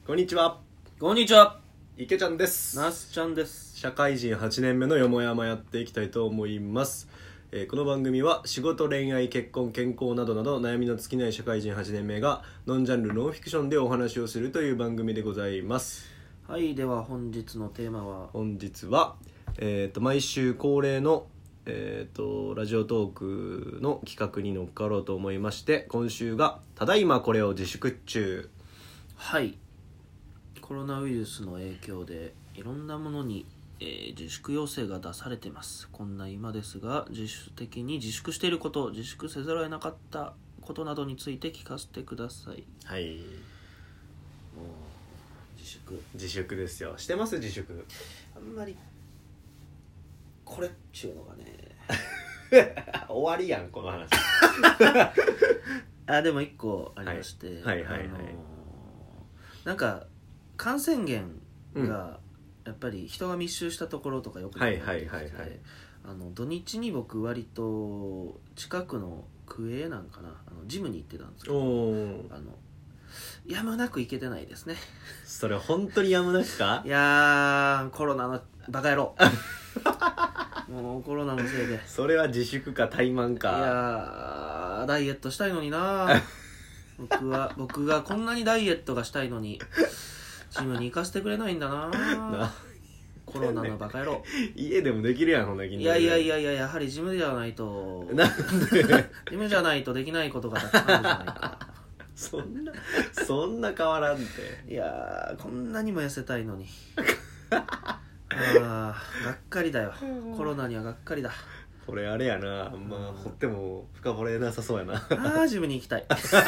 こんにちは、 こんにちは、 池ちゃんです。 なすちゃんです。 社会人8年目のよもやまやっていきたいと思います。この番組は仕事、恋愛、結婚、健康などなど悩みの尽きない社会人8年目がノンジャンルノンフィクションでお話をするという番組でございます。 はい、では本日のテーマは、 本日は、毎週恒例の、ラジオトークの企画に乗っかろうと思いまして、今週がただいまこれを自粛中。 はい、コロナウイルスの影響でいろんなものに、自粛要請が出されています。こんな今ですが、自主的に自粛していること、自粛せざるを得なかったことなどについて聞かせてください。 はい、自粛ですよ。してます？自粛あんまりこれっちゅうのがね終わりやんこの話でも一個ありまして、なんか感染源がやっぱり人が密集したところとかよく出てきて、土日に僕割と近くの区営なんかな、ジムに行ってたんですけど、やむなく行けてないですね。 それ本当にやむなくか？ いやー、コロナのバカ野郎もうコロナのせいで。 それは自粛か怠慢か。 いやー、ダイエットしたいのにな僕がこんなにダイエットがしたいのにジムに行かせてくれないんだなコロナのバカ野郎。 家でもできるやん、ほんな。 いややはりジムじゃないとジムじゃないとできないことがたくさんあるじゃないかそんな変わらんて。 いやー、こんなにも痩せたいのにがっかりだよ。コロナにはがっかりだ。 これあれやな、掘っても深掘れなさそうやな。 ジムに行きたい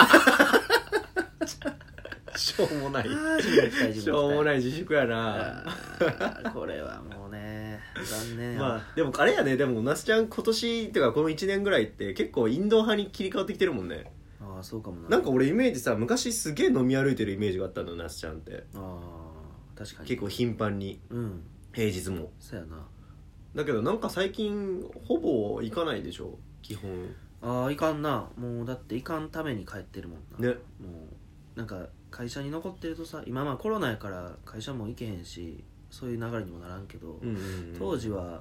しょうもないジムに行きたい。 しょうもない自粛やな。 これはもうね、残念や。でもあれやね、でも那須ちゃん今年っていうかこの1年ぐらいって結構インド派に切り替わってきてるもんね。 そうかもな。 なんか俺イメージさ、昔すげえ飲み歩いてるイメージがあったの、那須ちゃんって。 確かに結構頻繁に、平日も。 そうやな。だけどなんか最近ほぼ行かないでしょ、基本。 行かんな。もうだって行かんために帰ってるもんな。 ね。 もうなんか会社に残ってるとさ、今コロナやから会社も行けへんし、そういう流れにもならんけど、当時は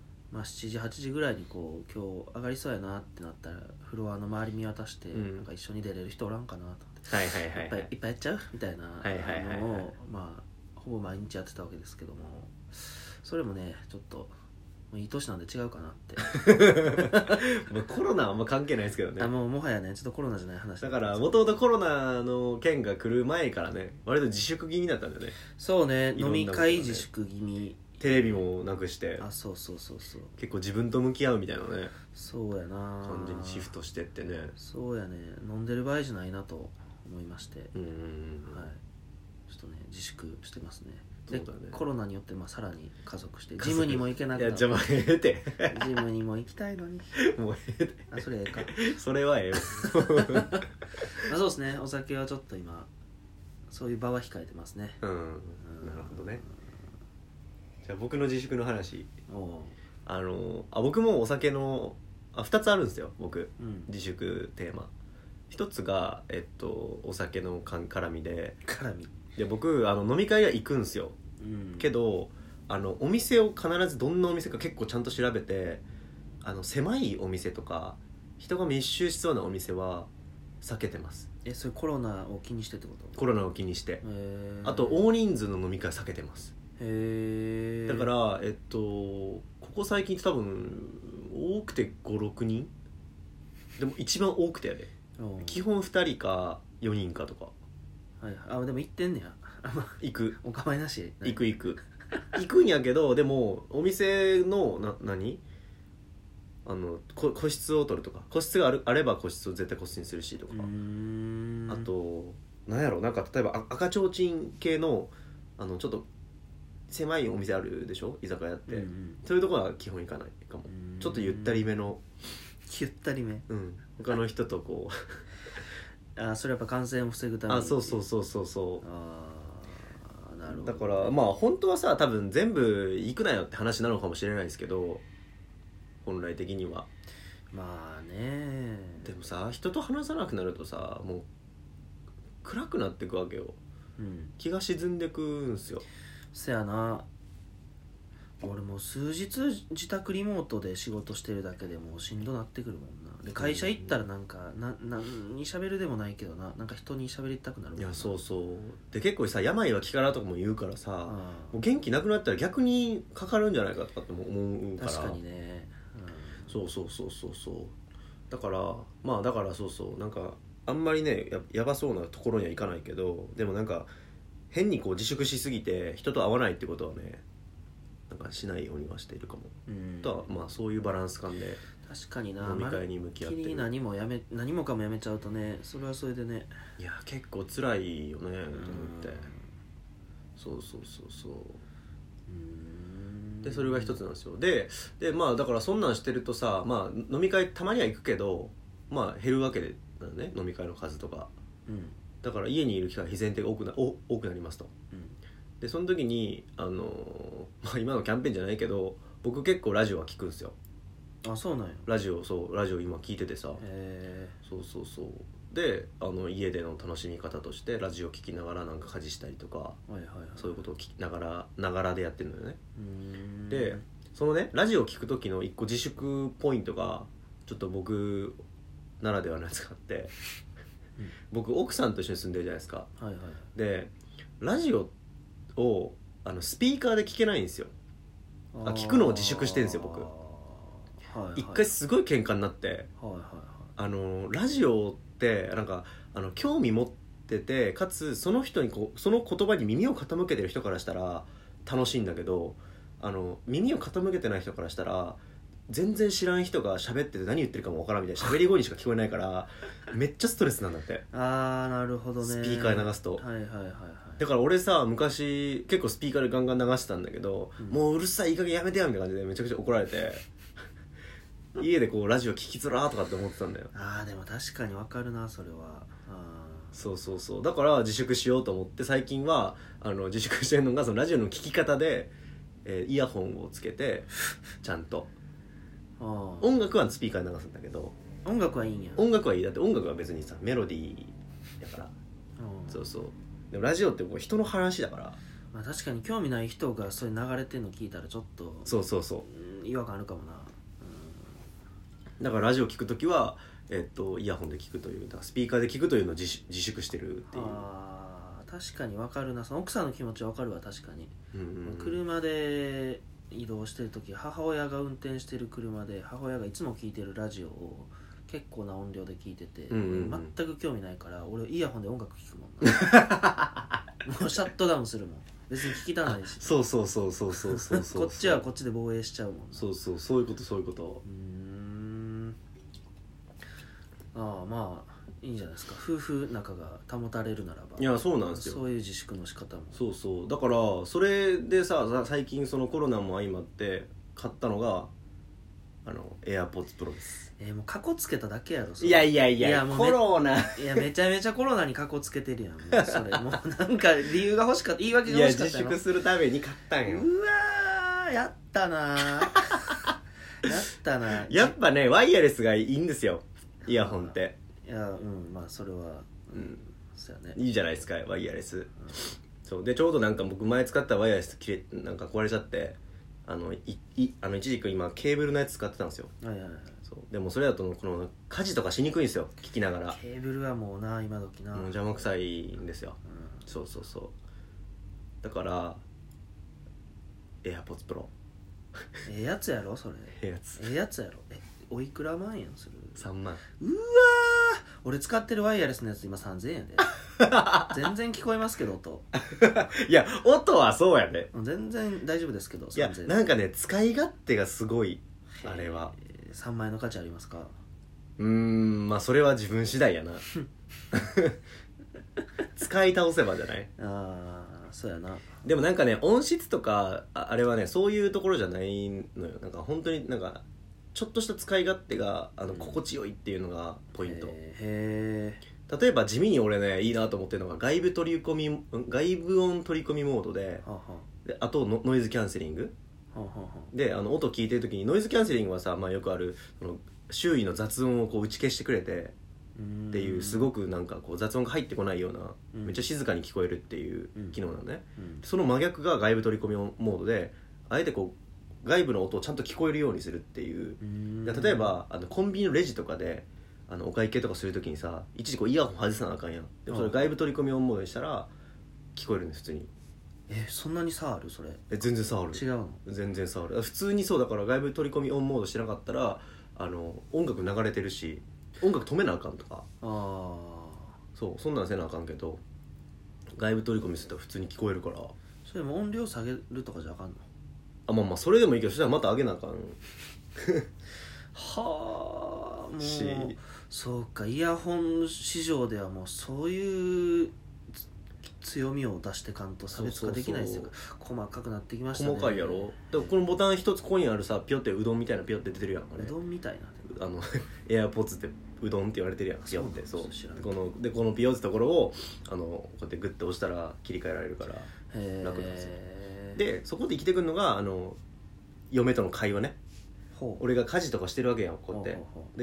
7時8時ぐらいにこう今日上がりそうやなってなったらフロアの周り見渡して、なんか一緒に出れる人おらんかなと思って、いっぱいやっちゃうみたいなのをほぼ毎日やってたわけですけども、それもねちょっともういい年なんで違うかなってコロナはあんま関係ないですけどね。 もはやねちょっとコロナじゃない話だからもともとコロナの件が来る前からね、割と自粛気味だったんだよね。 そうね、飲み会自粛気味、 テレビもなくして、 そう結構自分と向き合うみたいなね。 そうやな、 完全にシフトしてってね。 そうやね、飲んでる場合じゃないなと思いまして、はい、ちょっとね自粛してますね。で、コロナによってさらに加速してジムにも行けなくなった。 いやええってジムにも行きたいのにもうええってそれええかそれはええよそうですね、お酒はちょっと今そういう場は控えてますね。 なるほどね。じゃあ僕の自粛の話、僕もお酒の2つあるんですよ僕、自粛テーマ。1つがお酒の絡みで僕飲み会は行くんすよ、けどお店を必ずどんなお店か結構ちゃんと調べて、狭いお店とか人が密集しそうなお店は避けてます。 それコロナを気にしてってこと？ コロナを気にして。あと大人数の飲み会避けてます。だからここ最近多分多くて 5,6 人でも一番多くてやで、基本2人か4人かとか。 でも行ってんねや行く、 お構いなし。 行くんやけど、でもお店の個室を取るとか、個室があれば個室を絶対個室にするしとか、あとなんやろ、なんか例えば赤ちょうちん系のちょっと狭いお店あるでしょ、居酒屋って、そういうところは基本行かないかも。ちょっとゆったりめの、他の人とこうそれやっぱ感染を防ぐために。 そうなるほど。 だから本当はさ、多分全部行くなよって話なのかもしれないですけど、本来的にはね。 でもさ、人と話さなくなるとさ、もう暗くなっていくわけよ。 気が沈んでくんすよ。 せやな。俺もう数日自宅リモートで仕事してるだけでもうしんどなってくるもんな。で会社行ったらなんか何に喋るでもないけどな、なんか人に喋りたくなるもんな。 いやそうそうで結構さ病は気からとかも言うからさ、もう元気なくなったら逆にかかるんじゃないかとかって思うから。 確かにね、 そうだからそうそうなんかあんまりね やばそうなところにはいかないけど、でもなんか変にこう自粛しすぎて人と会わないってことはねなんかしないようにはしているかも、とはまあそういうバランス感で確かにな。 飲み会に向き合ってる。 何もかもやめちゃうとね、それはそれでね、 いや結構辛いよねと思って。そうでそれが一つなんですよ。でまあだからそんなんしてるとさ、まあ飲み会たまには行くけどまあ減るわけだよね、飲み会の数とか、だから家にいる機会が必然的に多くなりますと、でその時にまあ、今のキャンペーンじゃないけど僕結構ラジオは聞くんですよ。 あ、そうなんや。 ラジオ今聞いててさ、そうで家での楽しみ方としてラジオ聞きながらなんか家事したりとか、そういうことを聞きながらでやってるのよね。でそのねラジオ聞く時の一個自粛ポイントがちょっと僕ならではのやつがあって僕奥さんと一緒に住んでるじゃないですか、でラジオをスピーカーで聞けないんですよ。聞くのを自粛してるんですよ僕。一回すごい喧嘩になって、ラジオってなんか興味持っててかつその人にその言葉に耳を傾けてる人からしたら楽しいんだけど、耳を傾けてない人からしたら全然知らん人が喋ってて何言ってるかもわからんみたいな喋り声にしか聞こえないからめっちゃストレスなんだって。 なるほどね。 スピーカーで流すと、だから俺さ昔結構スピーカーでガンガン流してたんだけど、もううるさいいい加減やめてやみたいな感じでめちゃくちゃ怒られて家でこうラジオ聞きづらーとかって思ってたんだよ。 でも確かにわかるなそれは。 そうだから自粛しようと思って最近は自粛してるのがそのラジオの聞き方で、イヤホンをつけてちゃんと音楽はスピーカーで流すんだけど、 音楽はいいんや。 音楽はいい。だって音楽は別にさメロディーだから。そうでもラジオってこう人の話だから、 まあ、確かに興味ない人がそういう流れてるの聞いたらちょっと違和感あるかもな。 だからラジオ聞くときは、イヤホンで聞くというだからスピーカーで聞くというのを自粛してるっていう。 確かに分かるな。その奥さんの気持ちは分かるわ。確かに、車で移動してるとき母親が運転してる車で母親がいつも聞いてるラジオを結構な音量で聞いてて、全く興味ないから俺イヤホンで音楽聞くもんなもうシャットダウンするもん。別に聞きたないし。 そうこっちはこっちで防衛しちゃうもんな。 そういうことまあいいんじゃないですか。夫婦仲が保たれるならば。 いやそうなんですよ。 そういう自粛の仕方もそうだからそれでさ最近そのコロナも相まって買ったのがAirPods Pro です。 もうカコつけただけやろそれ。いやコロナめちゃめちゃコロナにカコつけてるやん。もうそれもうなんか理由が欲しかった、言い訳が欲しかった自粛するために買ったんよ。 うわーやったなやっぱねワイヤレスがいいんですよイヤホンって。 まあそれはそうやね。 いいじゃないですかワイヤレス、そうでちょうどなんか僕前使ったワイヤレスなんか壊れちゃって一時期今ケーブルのやつ使ってたんですよ。そうでもそれだとこの家事とかしにくいんですよ聞きながら。 ケーブルはもうな今時なもう邪魔くさいんですよ、そうだからAirPods Pro やつやろそれ。やつやろ。おいくら万円する ？3万。 うわー俺使ってるワイヤレスのやつ今3000円で全然聞こえますけど音いや音はそうやね。 全然大丈夫ですけど。 いやなんかね使い勝手がすごい。あれは 3万円の価値ありますか？ まあそれは自分次第やな使い倒せばじゃない？ そうやな。 でもなんかね音質とかあれはねそういうところじゃないのよ。なんか本当になんかちょっとした使い勝手が心地よいっていうのがポイント。例えば地味に俺ねいいなと思ってるのが外部音取り込みモードで、あとノイズキャンセリングで音聞いてる時にノイズキャンセリングはさ、まあ、よくあるその周囲の雑音をこう打ち消してくれてっていうすごくなんかこう雑音が入ってこないような、めっちゃ静かに聞こえるっていう機能なのね、その真逆が外部取り込みモードで、あえてこう外部の音をちゃんと聞こえるようにするっていう。例えばコンビニのレジとかでお会計とかするときにさ、一時こうイヤホン外さなあかんやん。でもそれ外部取り込み音モードにしたら聞こえるんです普通に。 そんなに差あるそれ？ 全然差ある。 違うの？全然差ある。普通にそうだから外部取り込み音モードしてなかったら音楽流れてるし音楽止めなあかんとか、そうそんなんせなあかんけど、外部取り込みすると普通に聞こえるから。 それも音量下げるとかじゃあかんの？ まあそれでもいいけど、そしたらまた上げなあかんはあ、もうそうか、イヤホン市場ではもうそういう強みを出してかんと差別化できないですよ。細かくなってきましたね。 細かいやろ。でもこのボタン一つここにあるさ、ピョってうどんみたいなピョって出てるやん。 うどんみたいなエアポッツってうどんって言われてるやん。ピョって。そうこのピョってところをこうやってグッて押したら切り替えられるから楽なんですよ。でそこで生きてくるのが嫁との会話ね。俺が家事とかしてるわけやんこうやって。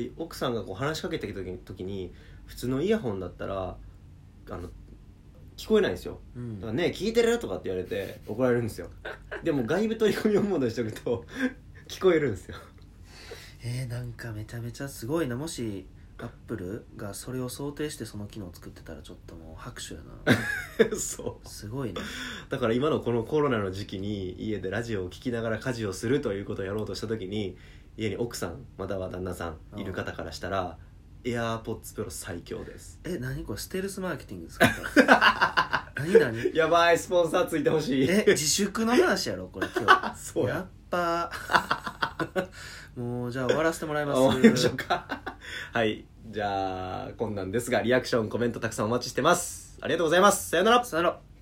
で奥さんがこう話しかけてきた時に普通のイヤホンだったら聞こえないんですよ、だからね聞いてるとかって言われて怒られるんですよでも外部取り込みをモードにしておくと聞こえるんですよ。 なんかめちゃめちゃすごいな。もしアップルがそれを想定してその機能を作ってたらちょっともう拍手やなそうすごいね。 だから今のこのコロナの時期に家でラジオを聞きながら家事をするということをやろうとした時に、家に奥さんまたは旦那さんいる方からしたらエアーポッツプロ最強です。 何これステルスマーケティングですか何やばい、スポンサーついてほしい。 自粛の話やろこれ今日そうやっぱもうじゃあ終わらせてもらいます。 終わりましょうかはいじゃあこんなんですがリアクションコメントたくさんお待ちしてます。ありがとうございます。さよなら。 さよなら。